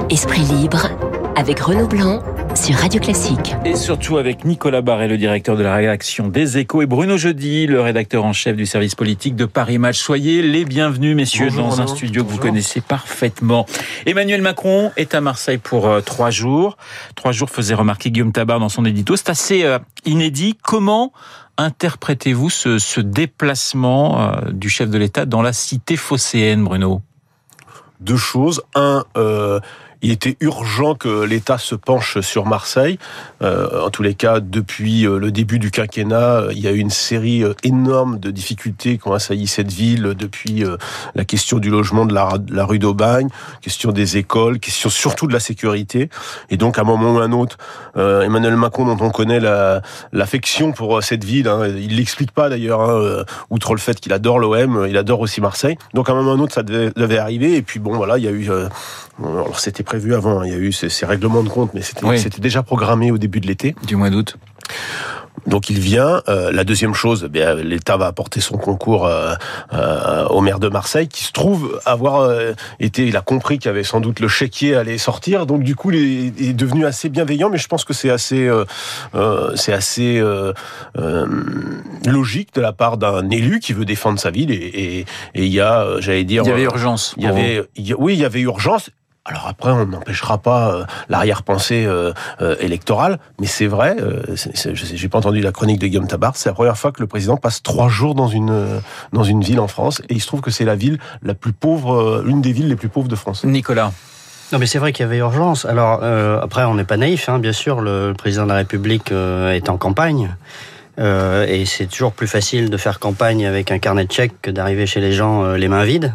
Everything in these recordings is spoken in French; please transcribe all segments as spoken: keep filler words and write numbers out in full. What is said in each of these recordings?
Esprit libre avec Renaud Blanc sur Radio Classique. Et surtout avec Nicolas Barret, le directeur de la rédaction des Échos, et Bruno Jeudi, le rédacteur en chef du service politique de Paris Match. Soyez les bienvenus, messieurs, Bonjour, dans Renaud. Un studio que Bonjour. Vous connaissez parfaitement. Emmanuel Macron est à Marseille pour euh, trois jours. Trois jours faisait remarquer Guillaume Tabar dans son édito. C'est assez euh, inédit. Comment interprétez-vous ce, ce déplacement euh, du chef de l'État dans la cité phocéenne, Bruno ? Deux choses. Un, euh, il était urgent que l'État se penche sur Marseille. Euh, en tous les cas, depuis le début du quinquennat, il y a eu une série énorme de difficultés qui ont assailli cette ville, depuis la question du logement de la, de la rue d'Aubagne, question des écoles, question surtout de la sécurité. Et donc, à un moment ou à un autre, euh, Emmanuel Macron, dont on connaît la, l'affection pour cette ville, hein, il l'explique pas d'ailleurs, hein, outre le fait qu'il adore l'O M, il adore aussi Marseille. Donc, à un moment ou à un autre, ça devait, devait arriver. Et puis, bon, voilà, il y a eu... Euh, alors, c'était prévu avant, il y a eu ces, ces règlements de compte, mais c'était, oui. c'était déjà programmé au début de l'été. Du mois d'août. Donc il vient. Euh, la deuxième chose, eh bien, l'État va apporter son concours euh, euh, au maire de Marseille, qui se trouve avoir euh, été, il a compris qu'il y avait sans doute le chéquier allait sortir, donc du coup il est, il est devenu assez bienveillant, mais je pense que c'est assez, euh, euh, c'est assez euh, euh, logique de la part d'un élu qui veut défendre sa ville, et, et, et il y a, j'allais dire, il y avait urgence. Il y avait, il y a, oui, il y avait urgence. Alors après, on n'empêchera pas euh, l'arrière-pensée euh, euh, électorale, mais c'est vrai, euh, c'est, c'est, je sais, j'ai pas entendu la chronique de Guillaume Tabar, c'est la première fois que le président passe trois jours dans une euh, dans une ville en France, et il se trouve que c'est la ville la plus pauvre, euh, l'une des villes les plus pauvres de France. Nicolas. Non, mais c'est vrai qu'il y avait urgence. Alors euh, après, on n'est pas naïf, hein, bien sûr. Le, le président de la République euh, est en campagne. Euh, et c'est toujours plus facile de faire campagne avec un carnet de chèques que d'arriver chez les gens euh, les mains vides.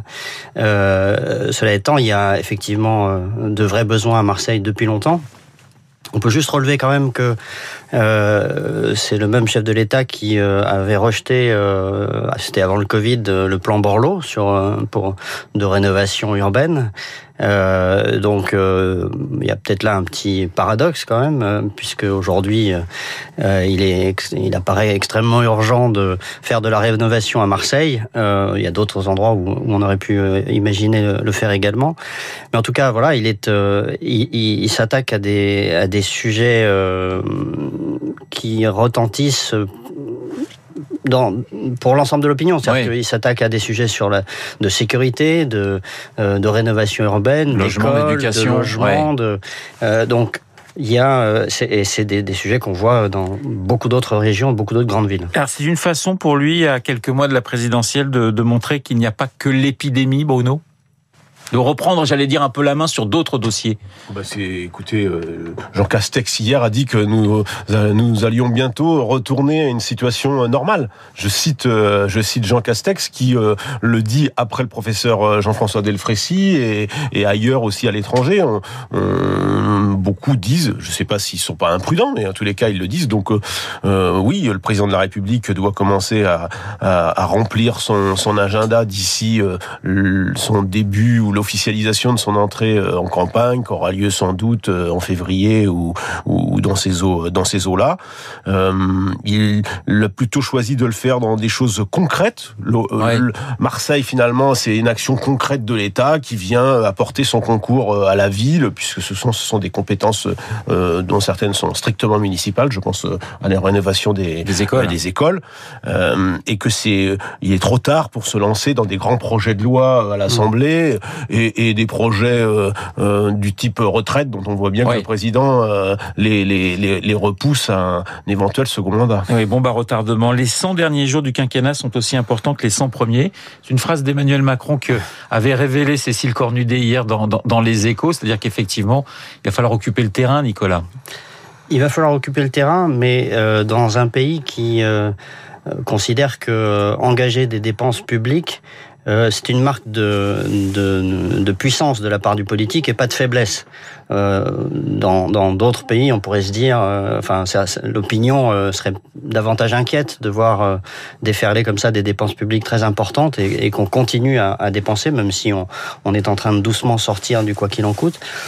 Euh, cela étant, il y a effectivement euh, de vrais besoins à Marseille depuis longtemps. On peut juste relever quand même que euh, c'est le même chef de l'État qui euh, avait rejeté, euh, c'était avant le Covid, le plan Borloo sur euh, pour de rénovation urbaine. Euh, donc euh, il y a peut-être là un petit paradoxe quand même, euh, puisque aujourd'hui euh, il est il apparaît extrêmement urgent de faire de la rénovation à Marseille. Euh, il y a d'autres endroits où, où on aurait pu euh, imaginer le, le faire également. Mais en tout cas voilà, il est euh, il, il, il s'attaque à des à des sujets euh, qui retentissent Dans, pour l'ensemble de l'opinion, c'est-à-dire oui. qu'il s'attaque à des sujets sur la de sécurité, de euh, de rénovation urbaine, logement, d'école, d'éducation, de logement, ouais. de euh, donc il y a c'est, et c'est des, des sujets qu'on voit dans beaucoup d'autres régions, beaucoup d'autres grandes villes. Alors c'est une façon pour lui, à quelques mois de la présidentielle, de, de montrer qu'il n'y a pas que l'épidémie, Bruno. De reprendre, j'allais dire, un peu la main sur d'autres dossiers. Bah c'est, écoutez, euh, Jean Castex hier a dit que nous euh, nous allions bientôt retourner à une situation normale. Je cite, euh, je cite Jean Castex qui euh, le dit après le professeur Jean-François Delfraissy et, et ailleurs aussi à l'étranger. On, on, beaucoup disent, je ne sais pas s'ils sont pas imprudents, mais en tous les cas ils le disent. Donc euh, oui, le président de la République doit commencer à, à, à remplir son, son agenda d'ici euh, son début ou l'officialisation de son entrée en campagne, qui aura lieu sans doute en février ou, ou dans ces eaux, dans ces eaux-là. Euh, il a plutôt choisi de le faire dans des choses concrètes. Le, ouais. le, Marseille, finalement, c'est une action concrète de l'État qui vient apporter son concours à la ville, puisque ce sont, ce sont des compétences euh, dont certaines sont strictement municipales. Je pense à la rénovation des, des écoles, euh, des écoles euh, et que c'est, il est trop tard pour se lancer dans des grands projets de loi à l'Assemblée. Mmh. Et, et des projets euh, euh, du type retraite dont on voit bien oui. que le président euh, les, les, les, les repousse à un éventuel second mandat. Oui, bon bah retardement. Les cent derniers jours du quinquennat sont aussi importants que les cent premiers. C'est une phrase d'Emmanuel Macron que avait révélé Cécile Cornudet hier dans, dans, dans Les Échos, c'est-à-dire qu'effectivement, il va falloir occuper le terrain, Nicolas. Il va falloir occuper le terrain, mais euh, dans un pays qui euh, considère que euh, engager des dépenses publiques Euh, c'est une marque de, de, de puissance de la part du politique et pas de faiblesse. Euh, dans, dans d'autres pays, on pourrait se dire, euh, enfin, ça, l'opinion euh, serait davantage inquiète de voir euh, déferler comme ça des dépenses publiques très importantes et, et qu'on continue à, à dépenser, même si on, on est en train de doucement sortir du quoi qu'il en coûte.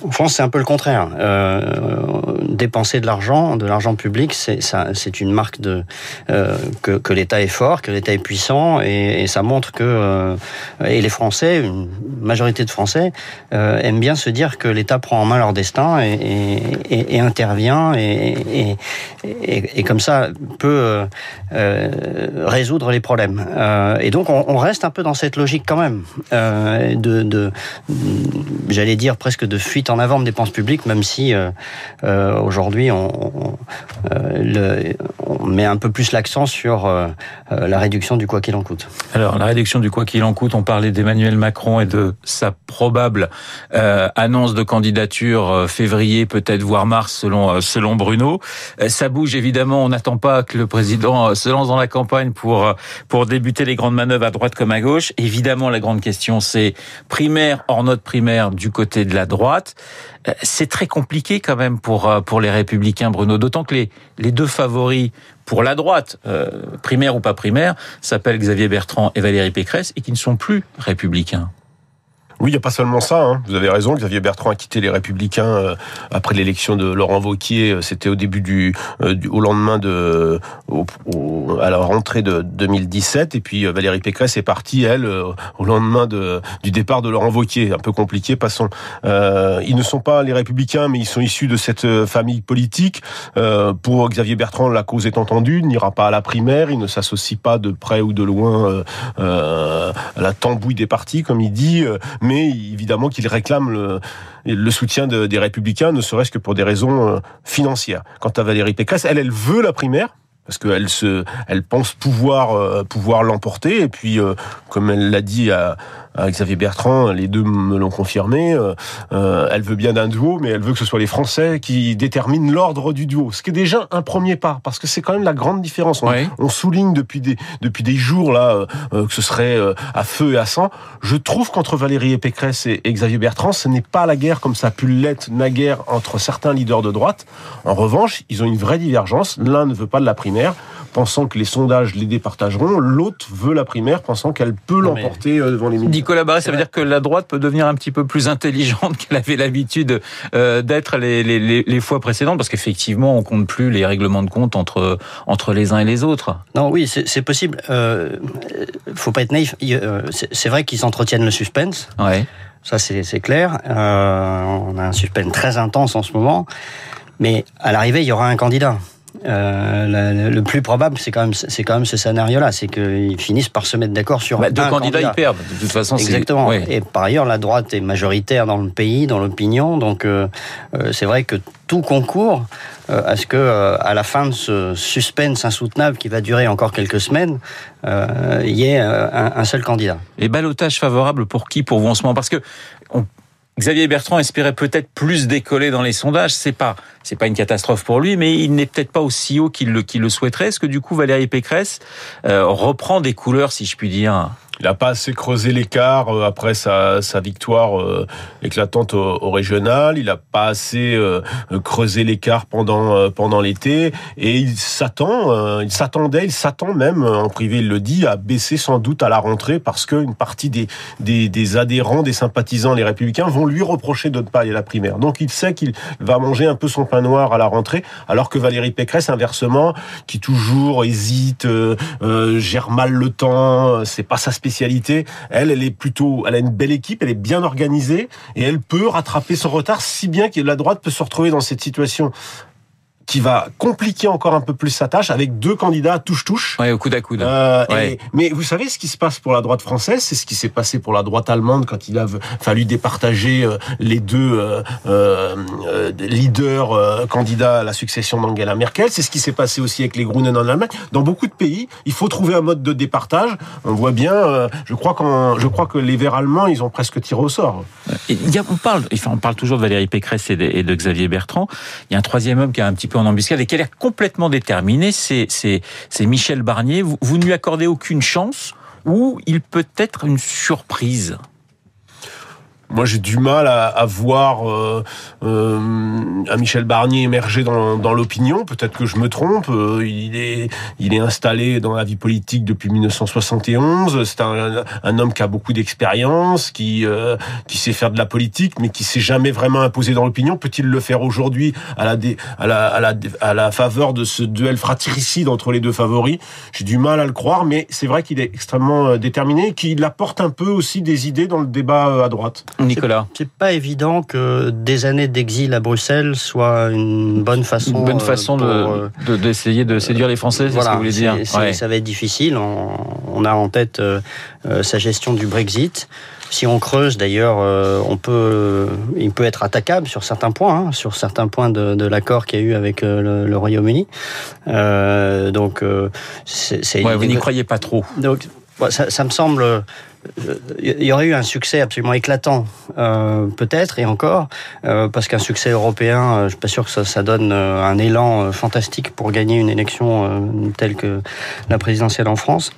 En France, c'est un peu le contraire. Euh, dépenser de l'argent, de l'argent public, c'est, ça, c'est une marque de euh, que, que l'État est fort, que l'État est puissant, et, et ça montre que euh, et les Français, une majorité de Français, euh, aiment bien se dire que l'État prend en main leur destin et, et, et, et intervient et, et, et, et comme ça peut euh, résoudre les problèmes. Euh, et donc, on, on reste un peu dans cette logique quand même euh, de, de, j'allais dire presque de fuite en avant de dépenses publiques, même si euh, euh, aujourd'hui on, on, euh, le, on met un peu plus l'accent sur euh, la réduction du quoi qu'il en coûte. Alors la réduction du quoi qu'il en coûte, on parlait d'Emmanuel Macron et de sa probable euh, annonce de candidature euh, février, peut-être voire mars selon euh, selon Bruno. Euh, ça bouge évidemment, on n'attend pas que le président euh, se lance dans la campagne pour euh, pour débuter les grandes manœuvres à droite comme à gauche. Évidemment, la grande question c'est primaire hors note primaire du côté de la droite. C'est très compliqué quand même pour pour les Républicains, Bruno. D'autant que les les deux favoris pour la droite, euh, primaire ou pas primaire, s'appellent Xavier Bertrand et Valérie Pécresse et qui ne sont plus républicains. Oui, il n'y a pas seulement ça. Hein. Vous avez raison, Xavier Bertrand a quitté les Républicains euh, après l'élection de Laurent Wauquiez. C'était au début du, euh, du au lendemain de, au, au, à la rentrée de deux mille dix-sept. Et puis euh, Valérie Pécresse est partie, elle, euh, au lendemain de, du départ de Laurent Wauquiez. Un peu compliqué, passons. Euh, ils ne sont pas les Républicains, mais ils sont issus de cette famille politique. Euh, pour Xavier Bertrand, la cause est entendue. Il n'ira pas à la primaire. Il ne s'associe pas de près ou de loin euh, euh, à la tambouille des partis, comme il dit. Euh, mais évidemment qu'il réclame le, le soutien de, des Républicains, ne serait-ce que pour des raisons euh, financières. Quant à Valérie Pécresse, elle, elle veut la primaire, parce qu'elle se, elle pense pouvoir, euh, pouvoir l'emporter, et puis, euh, comme elle l'a dit à, à Xavier Bertrand, les deux me l'ont confirmé, euh, euh, elle veut bien d'un duo, mais elle veut que ce soit les Français qui déterminent l'ordre du duo, ce qui est déjà un premier pas, parce que c'est quand même la grande différence. On, oui. on souligne depuis des, depuis des jours là euh, que ce serait euh, à feu et à sang. Je trouve qu'entre Valérie Pécresse et, et Xavier Bertrand, ce n'est pas la guerre comme ça a pu l'être naguère entre certains leaders de droite. En revanche, ils ont une vraie divergence. L'un ne veut pas de la primaire, pensant que les sondages les départageront. L'autre veut la primaire, pensant qu'elle peut non, l'emporter mais... devant les militants. Nicolas Barré, ça veut dire que la droite peut devenir un petit peu plus intelligente qu'elle avait l'habitude euh, d'être les, les, les, les fois précédentes, parce qu'effectivement, on compte plus les règlements de compte entre, entre les uns et les autres. Non, oui, c'est, c'est possible. Euh, faut pas être naïf. C'est, c'est vrai qu'ils entretiennent le suspense. Ouais. Ça, c'est, c'est clair. Euh, on a un suspense très intense en ce moment. Mais à l'arrivée, il y aura un candidat. Euh, le, le plus probable, c'est quand même, c'est quand même ce scénario-là, c'est qu'ils finissent par se mettre d'accord sur bah, deux un candidats. Ils perdent. De toute façon, exactement. C'est... Ouais. Et par ailleurs, la droite est majoritaire dans le pays, dans l'opinion, donc euh, euh, c'est vrai que tout concourt euh, à ce que, euh, à la fin de ce suspense insoutenable qui va durer encore quelques semaines, il euh, y ait euh, un, un seul candidat. Et ballottage favorable pour qui, pour vous en ce moment ? Parce que on... Xavier Bertrand espérait peut-être plus décoller dans les sondages. C'est pas, c'est pas une catastrophe pour lui, mais il n'est peut-être pas aussi haut qu'il le, qu'il le souhaiterait. Est-ce que du coup Valérie Pécresse euh, reprend des couleurs, si je puis dire ? Il n'a pas assez creusé l'écart après sa, sa victoire euh, éclatante au, au régional. Il n'a pas assez euh, creusé l'écart pendant euh, pendant l'été. Et il s'attend, euh, il s'attendait, il s'attend même, en privé il le dit, à baisser sans doute à la rentrée parce qu'une partie des, des, des adhérents, des sympathisants, les Républicains, vont lui reprocher de ne pas aller à la primaire. Donc il sait qu'il va manger un peu son pain noir à la rentrée, alors que Valérie Pécresse, inversement, qui toujours hésite, euh, euh, gère mal le temps, c'est pas sa spécialité. Elle, elle est plutôt, elle a une belle équipe, elle est bien organisée et elle peut rattraper son retard, si bien que la droite peut se retrouver dans cette situation qui va compliquer encore un peu plus sa tâche avec deux candidats touche-touche. Ouais, au coude à coude. Euh, ouais. et, mais vous savez ce qui se passe pour la droite française, c'est ce qui s'est passé pour la droite allemande quand il a fallu départager euh, les deux euh, euh, leaders euh, candidats à la succession d'Angela Merkel. C'est ce qui s'est passé aussi avec les Grünen en Allemagne. Dans beaucoup de pays, il faut trouver un mode de départage. On voit bien, euh, je crois qu'en, je crois que les Verts allemands, ils ont presque tiré au sort. Il y a, on parle, enfin, on parle toujours de Valérie Pécresse et de, et de Xavier Bertrand. Il y a un troisième homme qui a un petit peu en embuscade et qui a l'air complètement déterminé, c'est, c'est, c'est Michel Barnier. Vous, vous ne lui accordez aucune chance ou il peut être une surprise ? moi j'ai du mal à, à voir euh, euh, un Michel Barnier émerger dans, dans l'opinion. Peut-être que je me trompe. Euh, il est, il est installé dans la vie politique depuis dix-neuf cent soixante et onze. C'est un, un homme qui a beaucoup d'expérience, qui, euh, qui sait faire de la politique, mais qui s'est jamais vraiment imposé dans l'opinion. Peut-il le faire aujourd'hui à la, dé, à la, à la, à la faveur de ce duel fratricide entre les deux favoris? J'ai du mal à le croire, mais c'est vrai qu'il est extrêmement déterminé et qu'il apporte un peu aussi des idées dans le débat à droite. Nicolas. C'est, c'est pas évident que des années d'exil à Bruxelles soient une bonne façon, une bonne façon pour, de, de, d'essayer de séduire les Français, c'est voilà, ce que vous voulez dire. C'est, c'est, ouais. Ça va être difficile. On, on a en tête euh, euh, sa gestion du Brexit. Si on creuse, d'ailleurs, euh, on peut, euh, il peut être attaquable sur certains points, hein, sur certains points de, de l'accord qu'il y a eu avec euh, le, le Royaume-Uni. Euh, donc, euh, c'est, c'est ouais, vous n'y croyez pas trop. Donc, ça, ça me semble. Il y aurait eu un succès absolument éclatant, euh, peut-être, et encore, euh, parce qu'un succès européen, euh, je suis pas sûr que ça, ça donne euh, un élan euh, fantastique pour gagner une élection euh, telle que la présidentielle en France.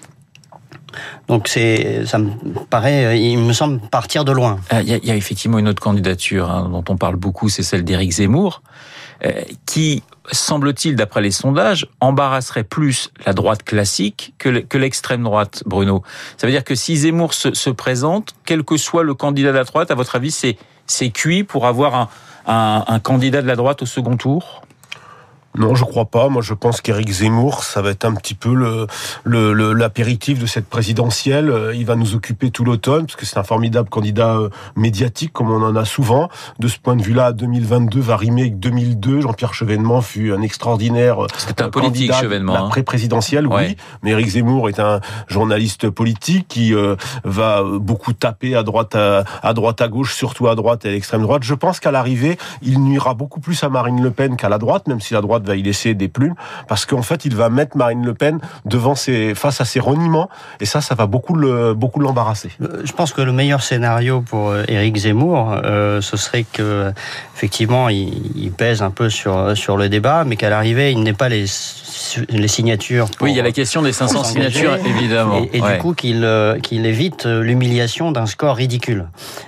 Donc c'est, ça me paraît, il me semble partir de loin. Il y a, il y a effectivement une autre candidature hein, dont on parle beaucoup, c'est celle d'Éric Zemmour, euh, qui, semble-t-il, d'après les sondages, embarrasserait plus la droite classique que, le, que l'extrême droite, Bruno. Ça veut dire que si Zemmour se, se présente, quel que soit le candidat de la droite, à votre avis, c'est, c'est cuit pour avoir un, un, un candidat de la droite au second tour ? Non, je crois pas. Moi, je pense qu'Éric Zemmour, ça va être un petit peu le, le, le l'apéritif de cette présidentielle. Il va nous occuper tout l'automne, parce que c'est un formidable candidat médiatique, comme on en a souvent. De ce point de vue-là, deux mille vingt-deux va rimer avec deux mille deux. Jean-Pierre Chevènement fut un extraordinaire c'est un politique, Chevènement, la pré-présidentielle, oui. Ouais. Mais Éric Zemmour est un journaliste politique qui euh, va beaucoup taper à droite, à, à droite, à gauche, surtout à droite et à l'extrême droite. Je pense qu'à l'arrivée, il nuira beaucoup plus à Marine Le Pen qu'à la droite, même si la droite va y laisser des plumes, parce qu'en fait, il va mettre Marine Le Pen devant ses, face à ses reniements, et ça, ça va beaucoup le, beaucoup l'embarrasser. Je pense que le meilleur scénario pour Éric Zemmour, euh, ce serait que, effectivement, il, il pèse un peu sur, sur le débat, mais qu'à l'arrivée, il n'ait pas les, les signatures. Oui, il y a la question des cinq cents signatures, évidemment. Et, et ouais. du coup, qu'il, qu'il évite l'humiliation d'un score ridicule.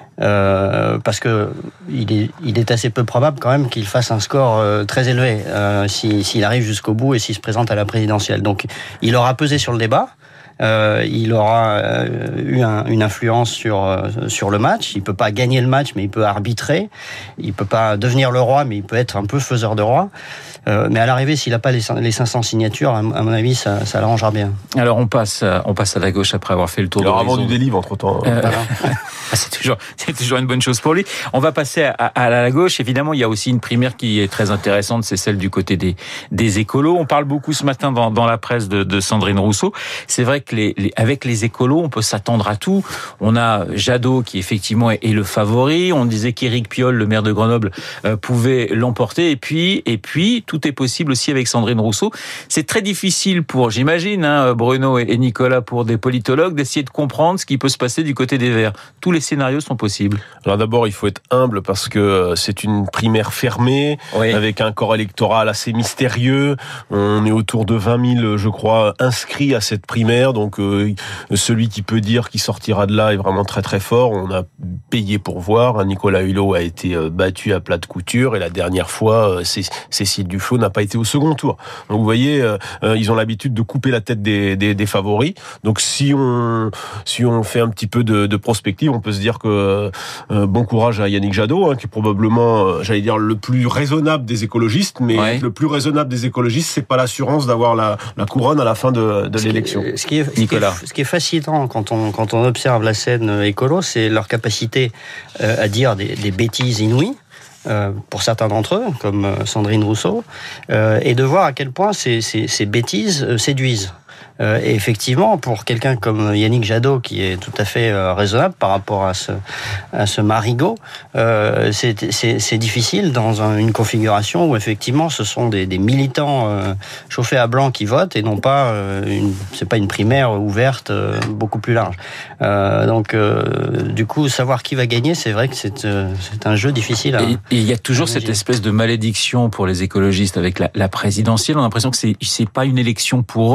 Euh, parce que il est, il est assez peu probable quand même qu'il fasse un score euh, très élevé euh, si, s'il arrive jusqu'au bout et s'il se présente à la présidentielle. Donc, il aura pesé sur le débat. Euh, il aura euh, eu un, une influence sur euh, sur le match. Il peut pas gagner le match, mais il peut arbitrer. Il peut pas devenir le roi, mais il peut être un peu faiseur de roi. Euh, mais à l'arrivée, s'il n'a pas les, les cinq cents signatures, à mon avis, ça, ça l'arrangera bien. Alors on passe, on passe à la gauche après avoir fait le tour de l'horizon. Il aura vendu des livres entre temps. Euh, c'est toujours, c'est toujours une bonne chose pour lui. On va passer à, à la gauche. Évidemment, il y a aussi une primaire qui est très intéressante, c'est celle du côté des, des écolos. On parle beaucoup ce matin dans, dans la presse de, de Sandrine Rousseau. C'est vrai que les, les, avec les écolos, on peut s'attendre à tout. On a Jadot qui effectivement est, est le favori. On disait qu'Éric Piolle, le maire de Grenoble, euh, pouvait l'emporter. Et puis, et puis, tout est possible aussi avec Sandrine Rousseau. C'est très difficile pour, j'imagine, hein, Bruno et Nicolas, pour des politologues, d'essayer de comprendre ce qui peut se passer du côté des Verts. Tous les scénarios sont possibles. Alors d'abord, il faut être humble parce que c'est une primaire fermée, oui. avec un corps électoral assez mystérieux. On est autour de vingt mille, je crois, inscrits à cette primaire. Donc euh, celui qui peut dire qu'il sortira de là est vraiment très très fort. On a payé pour voir. Nicolas Hulot a été battu à plat de couture et la dernière fois, Cécile Duflot n'a pas été au second tour. Donc vous voyez, euh, ils ont l'habitude de couper la tête des, des, des favoris. Donc si on si on fait un petit peu de, de prospective, on peut se dire que euh, bon courage à Yannick Jadot, hein, qui est probablement, euh, j'allais dire, le plus raisonnable des écologistes, mais ouais. le plus raisonnable des écologistes, c'est pas l'assurance d'avoir la, la couronne à la fin de, de l'élection. Ce qui est, Nicolas. Ce qui est, ce qui est fascinant quand on quand on observe la scène écolo, c'est leur capacité euh, à dire des, des bêtises inouïes. Euh, pour certains d'entre eux, comme euh, Sandrine Rousseau, euh, et de voir à quel point ces, ces, ces bêtises euh, séduisent. Euh, et effectivement, pour quelqu'un comme Yannick Jadot, qui est tout à fait euh, raisonnable par rapport à ce, à ce marigot, euh, c'est, c'est, c'est difficile dans un, une configuration où effectivement ce sont des, des militants euh, chauffés à blanc qui votent et non pas euh, une, c'est pas une primaire ouverte euh, beaucoup plus large. Euh, donc, euh, du coup, savoir qui va gagner, c'est vrai que c'est, euh, c'est un jeu difficile. À, et il y a toujours cette espèce de malédiction pour les écologistes avec la, la présidentielle. On a l'impression que c'est, c'est pas une élection pour eux.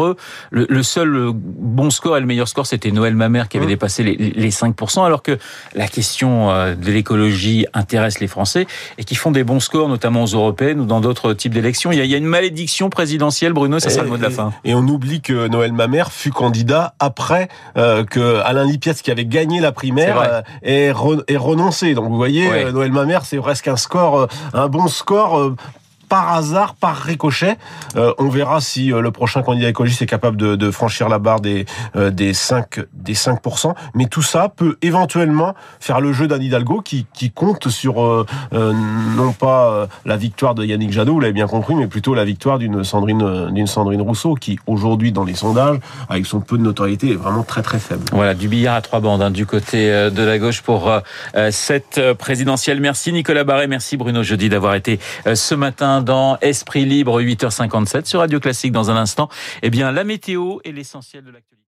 le, le seul bon score et le meilleur score, c'était Noël Mamère qui avait mmh. dépassé les, les cinq pour cent, alors que la question de l'écologie intéresse les Français et qui font des bons scores, notamment aux européennes ou dans d'autres types d'élections. Il y a, il y a une malédiction présidentielle, Bruno, c'est et, ça le mot de la fin. Et on oublie que Noël Mamère fut candidat après euh, que Alain Lipietz, qui avait gagné la primaire, euh, ait, re, ait renoncé. Donc vous voyez, ouais. euh, Noël Mamère, c'est presque un score, euh, un bon score. Euh, par hasard, par ricochet. Euh, on verra si euh, le prochain candidat écologiste est capable de, de franchir la barre des, euh, des, cinq, des cinq pour cent. Mais tout ça peut éventuellement faire le jeu d'Anne Hidalgo qui, qui compte sur euh, euh, non pas euh, la victoire de Yannick Jadot, vous l'avez bien compris, mais plutôt la victoire d'une Sandrine, d'une Sandrine Rousseau qui, aujourd'hui, dans les sondages, avec son peu de notoriété, est vraiment très très faible. Voilà, du billard à trois bandes hein, du côté euh, de la gauche pour euh, cette présidentielle. Merci Nicolas Barré, merci Bruno Jeudi d'avoir été euh, ce matin dans Esprit Libre, huit heures cinquante-sept sur Radio Classique. Dans un instant, eh bien, la météo est l'essentiel de l'actualité.